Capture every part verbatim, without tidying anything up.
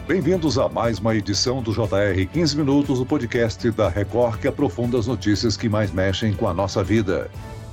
Bem-vindos a mais uma edição do J R quinze Minutos, o podcast da Record que aprofunda as notícias que mais mexem com a nossa vida.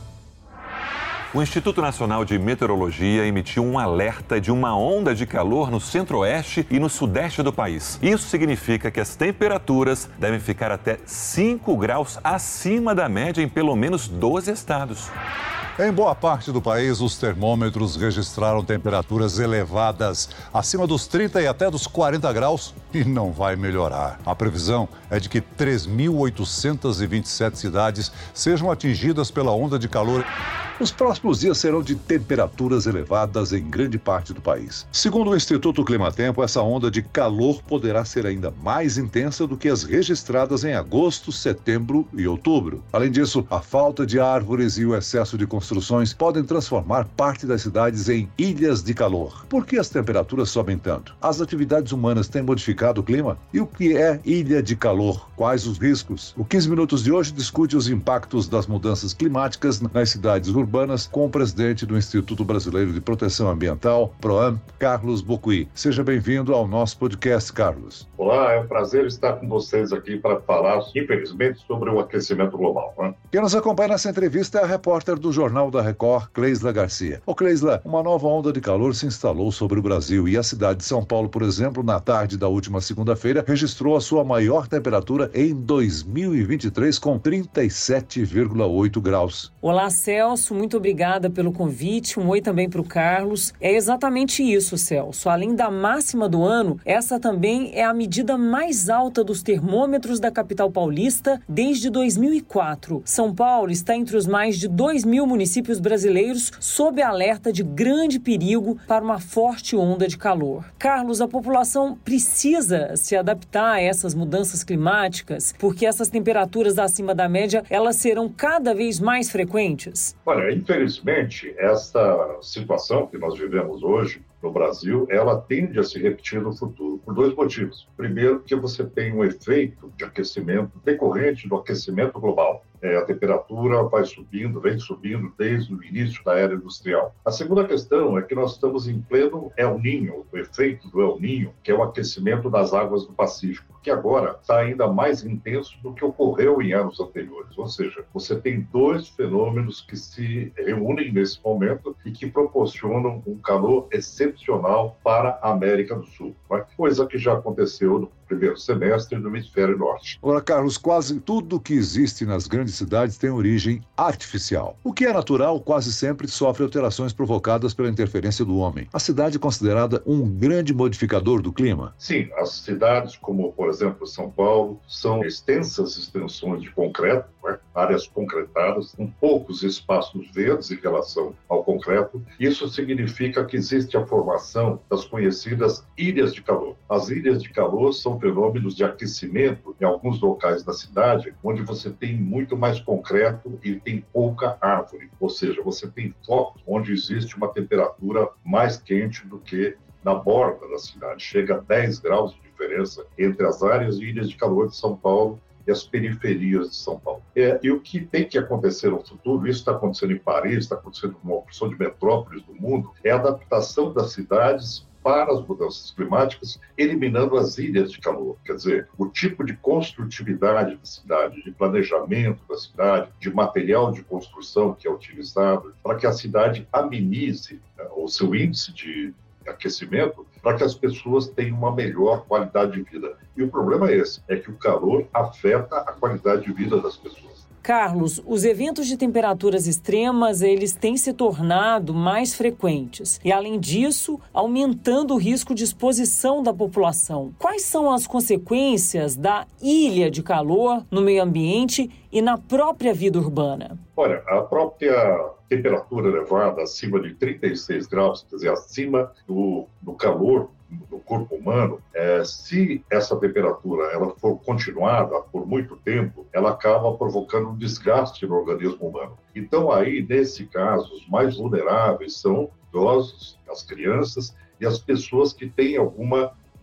O Instituto Nacional de Meteorologia emitiu um alerta de uma onda de calor no centro-oeste e no sudeste do país. Isso significa que as temperaturas devem ficar até cinco graus acima da média em pelo menos doze estados. Em boa parte do país, os termômetros registraram temperaturas elevadas, acima dos trinta e até dos quarenta graus, e não vai melhorar. A previsão é de que três mil oitocentas e vinte e sete cidades sejam atingidas pela onda de calor. Os próximos dias serão de temperaturas elevadas em grande parte do país. Segundo o Instituto Climatempo, essa onda de calor poderá ser ainda mais intensa do que as registradas em agosto, setembro e outubro. Além disso, a falta de árvores e o excesso de construções podem transformar parte das cidades em ilhas de calor. Por que as temperaturas sobem tanto? As atividades humanas têm modificado o clima? E o que é ilha de calor? Quais os riscos? O quinze Minutos de hoje discute os impactos das mudanças climáticas nas cidades urbanas urbanas com o presidente do Instituto Brasileiro de Proteção Ambiental, PROAM, Carlos Bocuí. Seja bem-vindo ao nosso podcast, Carlos. Olá, é um prazer estar com vocês aqui para falar, infelizmente, sobre o aquecimento global. Né? Quem nos acompanha nessa entrevista é a repórter do Jornal da Record, Cleisla Garcia. Ô Cleisla, uma nova onda de calor se instalou sobre o Brasil e a cidade de São Paulo, por exemplo, na tarde da última segunda-feira, registrou a sua maior temperatura em dois mil e vinte e três, com trinta e sete vírgula oito graus. Olá, Celso. Muito obrigada pelo convite. Um oi também para o Carlos. É exatamente isso, Celso. Além da máxima do ano, essa também é a medida mais alta dos termômetros da capital paulista desde dois mil e quatro. São Paulo está entre os mais de dois mil municípios brasileiros sob alerta de grande perigo para uma forte onda de calor. Carlos, a população precisa se adaptar a essas mudanças climáticas, porque essas temperaturas acima da média, elas serão cada vez mais frequentes? Olha, infelizmente, essa situação que nós vivemos hoje no Brasil, ela tende a se repetir no futuro, por dois motivos. Primeiro, que você tem um efeito de aquecimento decorrente do aquecimento global. É, a temperatura vai subindo, vem subindo desde o início da era industrial. A segunda questão é que nós estamos em pleno El Niño, o efeito do El Niño, que é o aquecimento das águas do Pacífico, que agora está ainda mais intenso do que ocorreu em anos anteriores. Ou seja, você tem dois fenômenos que se reúnem nesse momento e que proporcionam um calor excepcional para a América do Sul, né? Coisa que já aconteceu no primeiro semestre no hemisfério norte. Ora, Carlos, quase tudo que existe nas grandes cidades tem origem artificial. O que é natural quase sempre sofre alterações provocadas pela interferência do homem. A cidade é considerada um grande modificador do clima? Sim, as cidades como, por exemplo, São Paulo, são extensas extensões de concreto, né? Áreas concretadas, com poucos espaços verdes em relação ao concreto. Isso significa que existe a formação das conhecidas ilhas de calor. As ilhas de calor são fenômenos de aquecimento em alguns locais da cidade, onde você tem muito mais concreto e tem pouca árvore. Ou seja, você tem focos onde existe uma temperatura mais quente do que na borda da cidade. Chega a dez graus de diferença entre as áreas e ilhas de calor de São Paulo e as periferias de São Paulo. É, e o que tem que acontecer no futuro, isso está acontecendo em Paris, está acontecendo em uma porção de metrópoles do mundo, é a adaptação das cidades para as mudanças climáticas, eliminando as ilhas de calor. Quer dizer, o tipo de construtividade da cidade, de planejamento da cidade, de material de construção que é utilizado, para que a cidade amenize, né, o seu índice de aquecimento, para que as pessoas tenham uma melhor qualidade de vida. E o problema é esse, é que o calor afeta a qualidade de vida das pessoas. Carlos, os eventos de temperaturas extremas, eles têm se tornado mais frequentes e, além disso, aumentando o risco de exposição da população. Quais são as consequências da ilha de calor no meio ambiente e na própria vida urbana? Olha, a própria temperatura elevada acima de trinta e seis graus, quer dizer, acima do, do calor do corpo humano, é, se essa temperatura ela for continuada por muito tempo, ela acaba provocando um desgaste no organismo humano. Então aí, nesse caso, os mais vulneráveis são idosos, as crianças e as pessoas que têm alguma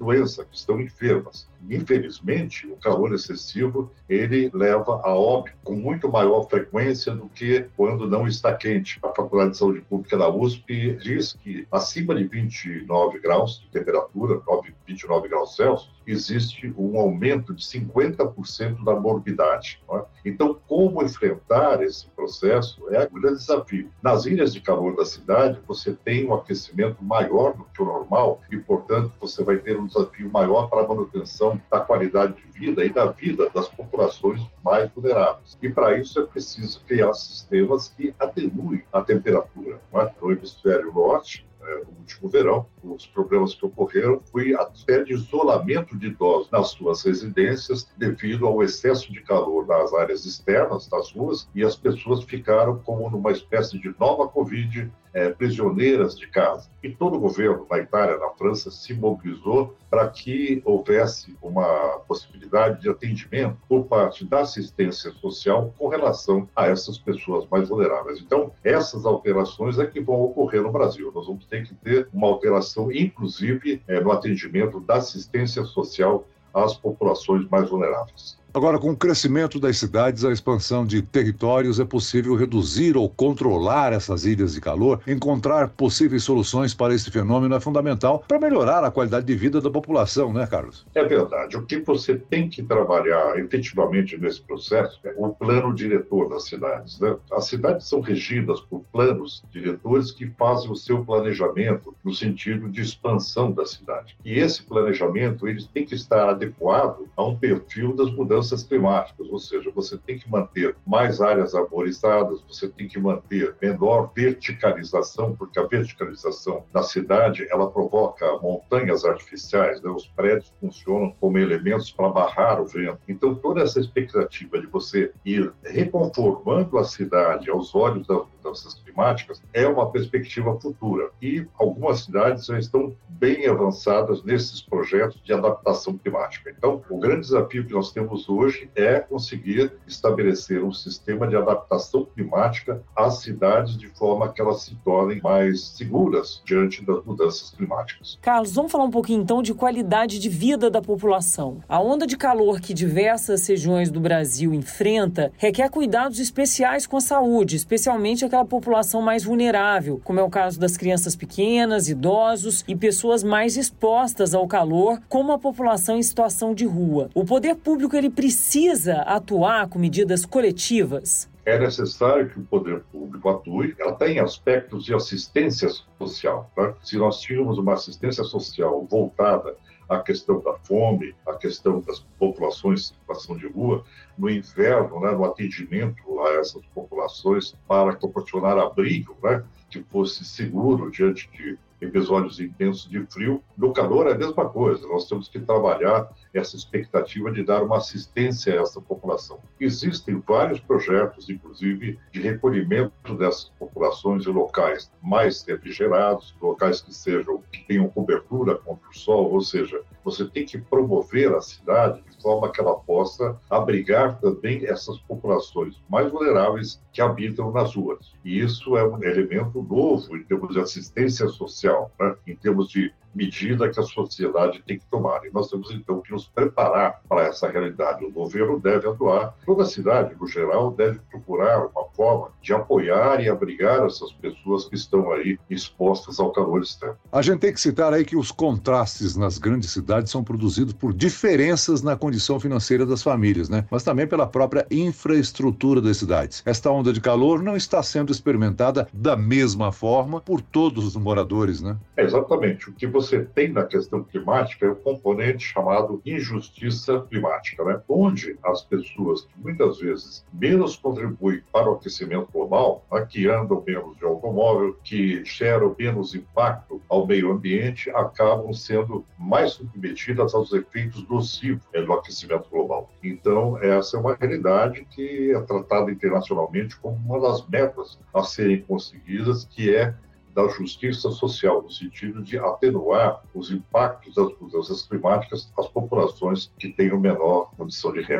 doença, que estão enfermas. Infelizmente, o calor excessivo, ele leva a óbito com muito maior frequência do que quando não está quente. A Faculdade de Saúde Pública da U S P diz que acima de vinte e nove graus de temperatura, vinte e nove graus Celsius, existe um aumento de cinquenta por cento da morbidade. Não é? Então, como enfrentar esse processo é um grande desafio. Nas ilhas de calor da cidade, você tem um aquecimento maior do que o normal e, portanto, você vai ter um desafio maior para a manutenção da qualidade de vida e da vida das populações mais vulneráveis. E, para isso, é preciso criar sistemas que atenuem a temperatura. Não é? No hemisfério norte, no último verão, os problemas que ocorreram foi até de isolamento de idosos nas suas residências devido ao excesso de calor nas áreas externas, das ruas, e as pessoas ficaram como numa espécie de nova Covid, é, prisioneiras de casa. E todo o governo na Itália, na França, se mobilizou para que houvesse uma possibilidade de atendimento por parte da assistência social com relação a essas pessoas mais vulneráveis. Então, essas alterações é que vão ocorrer no Brasil. Nós vamos ter que ter uma alteração, inclusive, é, no atendimento da assistência social às populações mais vulneráveis. Agora, com o crescimento das cidades, a expansão de territórios, é possível reduzir ou controlar essas ilhas de calor? Encontrar possíveis soluções para esse fenômeno é fundamental para melhorar a qualidade de vida da população, né, Carlos? É verdade. O que você tem que trabalhar efetivamente nesse processo é o plano diretor das cidades, né? As cidades são regidas por planos diretores que fazem o seu planejamento no sentido de expansão da cidade. E esse planejamento ele tem que estar adequado a um perfil das mudanças climáticas, ou seja, você tem que manter mais áreas arborizadas, você tem que manter menor verticalização, porque a verticalização da cidade, ela provoca montanhas artificiais, né? Os prédios funcionam como elementos para barrar o vento. Então, toda essa expectativa de você ir reconformando a cidade aos olhos das mudanças climáticas é uma perspectiva futura. E algumas cidades já estão bem avançadas nesses projetos de adaptação climática. Então, o grande desafio que nós temos hoje é conseguir estabelecer um sistema de adaptação climática às cidades de forma que elas se tornem mais seguras diante das mudanças climáticas. Carlos, vamos falar um pouquinho então de qualidade de vida da população. A onda de calor que diversas regiões do Brasil enfrenta requer cuidados especiais com a saúde, especialmente aquela população mais vulnerável, como é o caso das crianças pequenas, idosos e pessoas mais expostas ao calor, como a população em situação de rua. O poder público ele precisa atuar com medidas coletivas? É necessário que o poder público atue, ela tem aspectos de assistência social. Tá? Se nós tínhamos uma assistência social voltada à questão da fome, à questão das populações em situação de rua, no inverno, né, no atendimento a essas populações para proporcionar abrigo, né, que fosse seguro diante de episódios intensos de frio. No calor é a mesma coisa, nós temos que trabalhar essa expectativa de dar uma assistência a essa população. Existem vários projetos, inclusive, de recolhimento dessas populações em locais mais refrigerados, locais que sejam, que tenham cobertura contra o sol, ou seja, você tem que promover a cidade de forma que ela possa abrigar também essas populações mais vulneráveis que habitam nas ruas. E isso é um elemento novo em termos de assistência social, né? Em termos de medida que a sociedade tem que tomar. E nós temos, então, que nos preparar para essa realidade. O governo deve atuar, toda a cidade, no geral, deve procurar uma forma de apoiar e abrigar essas pessoas que estão aí expostas ao calor externo. A gente tem que citar aí que os contrastes nas grandes cidades são produzidos por diferenças na condição financeira das famílias, né? Mas também pela própria infraestrutura das cidades. Esta onda de calor não está sendo experimentada da mesma forma por todos os moradores, né? É exatamente. O que você você tem na questão climática é um componente chamado injustiça climática, né? Onde as pessoas que muitas vezes menos contribuem para o aquecimento global, né? Que andam menos de automóvel, que geram menos impacto ao meio ambiente, acabam sendo mais submetidas aos efeitos nocivos do aquecimento global. Então, essa é uma realidade que é tratada internacionalmente como uma das metas a serem conseguidas, que é da justiça social, no sentido de atenuar os impactos das mudanças climáticas às populações que tenham menor condição de renda.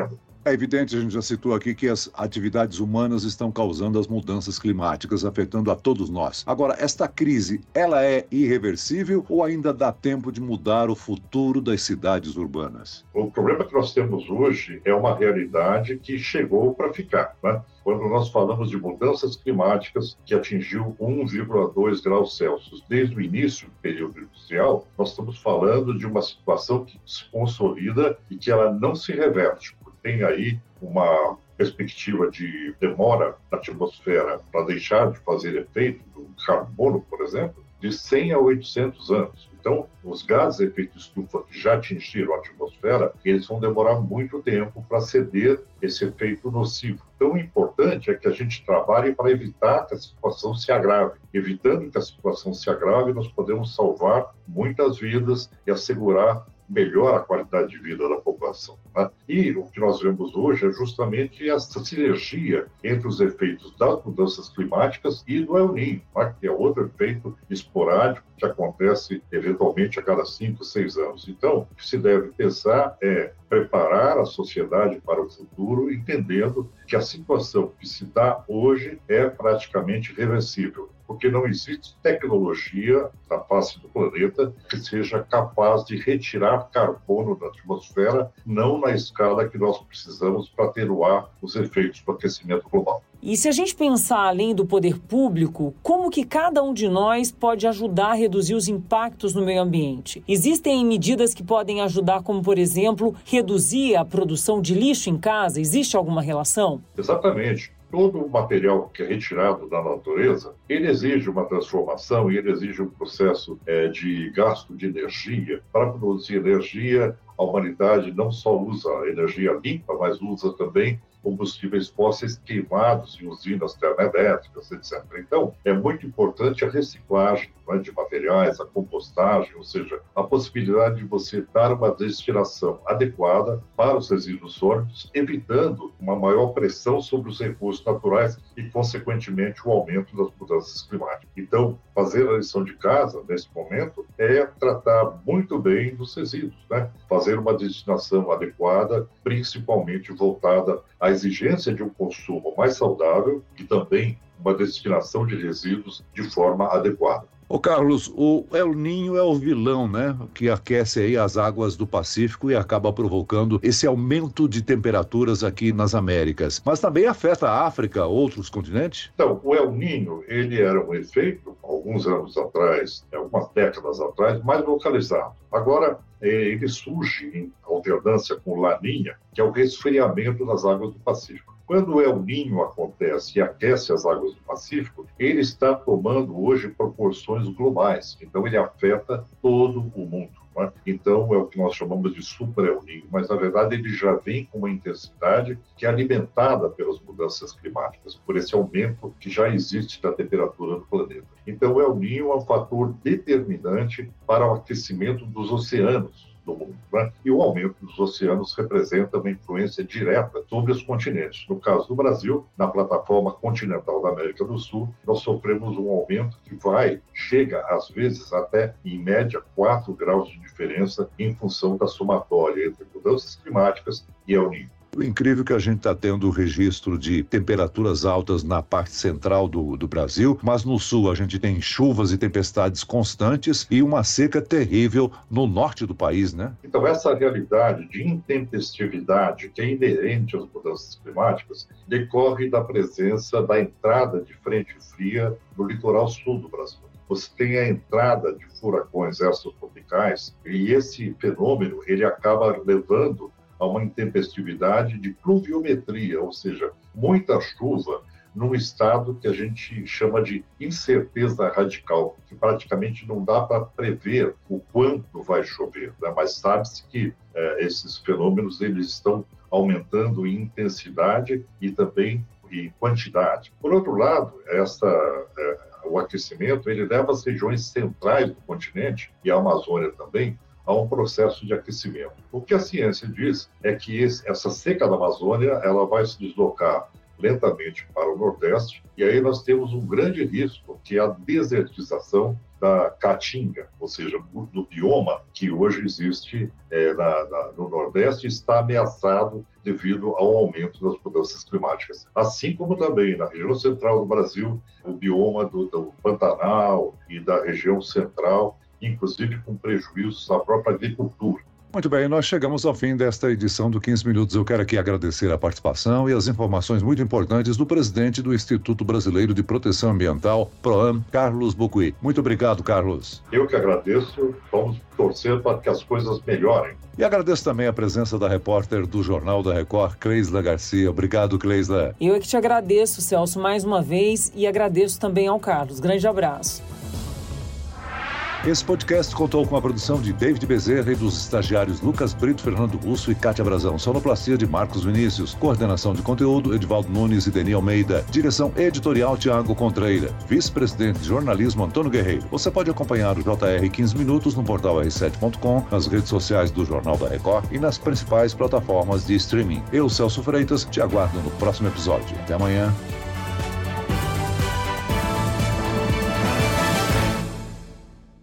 É evidente, a gente já citou aqui, que as atividades humanas estão causando as mudanças climáticas, afetando a todos nós. Agora, esta crise, ela é irreversível ou ainda dá tempo de mudar o futuro das cidades urbanas? O problema que nós temos hoje é uma realidade que chegou para ficar, né? Quando nós falamos de mudanças climáticas que atingiu um vírgula dois graus Celsius desde o início do período industrial, nós estamos falando de uma situação que se consolida e que ela não se reverte. Tem aí uma perspectiva de demora na atmosfera para deixar de fazer efeito do carbono, por exemplo, de cem a oitocentos anos. Então, os gases de efeito estufa que já atingiram a atmosfera, eles vão demorar muito tempo para ceder esse efeito nocivo. Então, o importante é que a gente trabalhe para evitar que a situação se agrave. Evitando que a situação se agrave, nós podemos salvar muitas vidas e assegurar melhor a qualidade de vida da população, né? E o que nós vemos hoje é justamente essa sinergia entre os efeitos das mudanças climáticas e do El Niño, né? Que é outro efeito esporádico que acontece eventualmente a cada cinco, seis anos. Então, o que se deve pensar é preparar a sociedade para o futuro, entendendo que a situação que se dá hoje é praticamente reversível, porque não existe tecnologia na face do planeta que seja capaz de retirar carbono da atmosfera, não na escala que nós precisamos para atenuar os efeitos do aquecimento global. E se a gente pensar além do poder público, como que cada um de nós pode ajudar a reduzir os impactos no meio ambiente? Existem medidas que podem ajudar, como, por exemplo, reduzir a produção de lixo em casa? Existe alguma relação? Exatamente. Todo o material que é retirado da natureza, ele exige uma transformação e ele exige um processo é, de gasto de energia. Para produzir energia, a humanidade não só usa energia limpa, mas usa também combustíveis fósseis queimados em usinas termoelétricas, etcétera. Então, é muito importante a reciclagem, né, de materiais, a compostagem, ou seja, a possibilidade de você dar uma destinação adequada para os resíduos sólidos, evitando uma maior pressão sobre os recursos naturais e, consequentemente, o aumento das mudanças climáticas. Então, fazer a lição de casa, nesse momento, é tratar muito bem dos resíduos, né? Fazer uma destinação adequada, principalmente voltada à exigência de um consumo mais saudável e também uma destinação de resíduos de forma adequada. Ô Carlos, o El Niño é o vilão, né? Que aquece aí as águas do Pacífico e acaba provocando esse aumento de temperaturas aqui nas Américas. Mas também afeta a África, outros continentes? Então, o El Niño, ele era um efeito, alguns anos atrás, algumas décadas atrás, mais localizado. Agora, ele surge em alternância com La Niña, que é o resfriamento das águas do Pacífico. Quando o El Niño acontece e aquece as águas do Pacífico, ele está tomando hoje proporções globais. Então, ele afeta todo o mundo, né? Então, é o que nós chamamos de super El Niño, mas, na verdade, ele já vem com uma intensidade que é alimentada pelas mudanças climáticas, por esse aumento que já existe da temperatura do planeta. Então, o El Niño é um fator determinante para o aquecimento dos oceanos do mundo, né? E o aumento dos oceanos representa uma influência direta sobre os continentes. No caso do Brasil, na plataforma continental da América do Sul, nós sofremos um aumento que vai, chega às vezes até, em média, quatro graus de diferença em função da somatória entre mudanças climáticas e El Niño. O incrível é que a gente está tendo registro de temperaturas altas na parte central do, do Brasil, mas no sul a gente tem chuvas e tempestades constantes e uma seca terrível no norte do país, né? Então, essa realidade de intempestividade que é inerente às mudanças climáticas decorre da presença da entrada de frente fria no litoral sul do Brasil. Você tem a entrada de furacões extratropicais e esse fenômeno ele acaba levando a uma intempestividade de pluviometria, ou seja, muita chuva num estado que a gente chama de incerteza radical, que praticamente não dá para prever o quanto vai chover, né? Mas sabe-se que eh, esses fenômenos eles estão aumentando em intensidade e também em quantidade. Por outro lado, essa, eh, o aquecimento ele leva as regiões centrais do continente e a Amazônia também a um processo de aquecimento. O que a ciência diz é que esse, essa seca da Amazônia ela vai se deslocar lentamente para o Nordeste e aí nós temos um grande risco, que é a desertização da caatinga, ou seja, do bioma que hoje existe é, na, na, no Nordeste, está ameaçado devido ao aumento das mudanças climáticas. Assim como também na região central do Brasil, o bioma do, do Pantanal e da região central, inclusive com prejuízos à própria agricultura. Muito bem, nós chegamos ao fim desta edição do quinze Minutos. Eu quero aqui agradecer a participação e as informações muito importantes do presidente do Instituto Brasileiro de Proteção Ambiental, PROAM, Carlos Bucuí. Muito obrigado, Carlos. Eu que agradeço. Vamos torcer para que as coisas melhorem. E agradeço também a presença da repórter do Jornal da Record, Cleisla Garcia. Obrigado, Cleisla. Eu é que te agradeço, Celso, mais uma vez, e agradeço também ao Carlos. Grande abraço. Esse podcast contou com a produção de David Bezerra e dos estagiários Lucas Brito, Fernando Russo e Kátia Brazão. Sonoplastia de Marcos Vinícius. Coordenação de conteúdo, Edivaldo Nunes e Deni Almeida. Direção editorial, Tiago Contreira. Vice-presidente de jornalismo, Antônio Guerreiro. Você pode acompanhar o J R quinze Minutos no portal R sete ponto com, nas redes sociais do Jornal da Record e nas principais plataformas de streaming. Eu, Celso Freitas, te aguardo no próximo episódio. Até amanhã.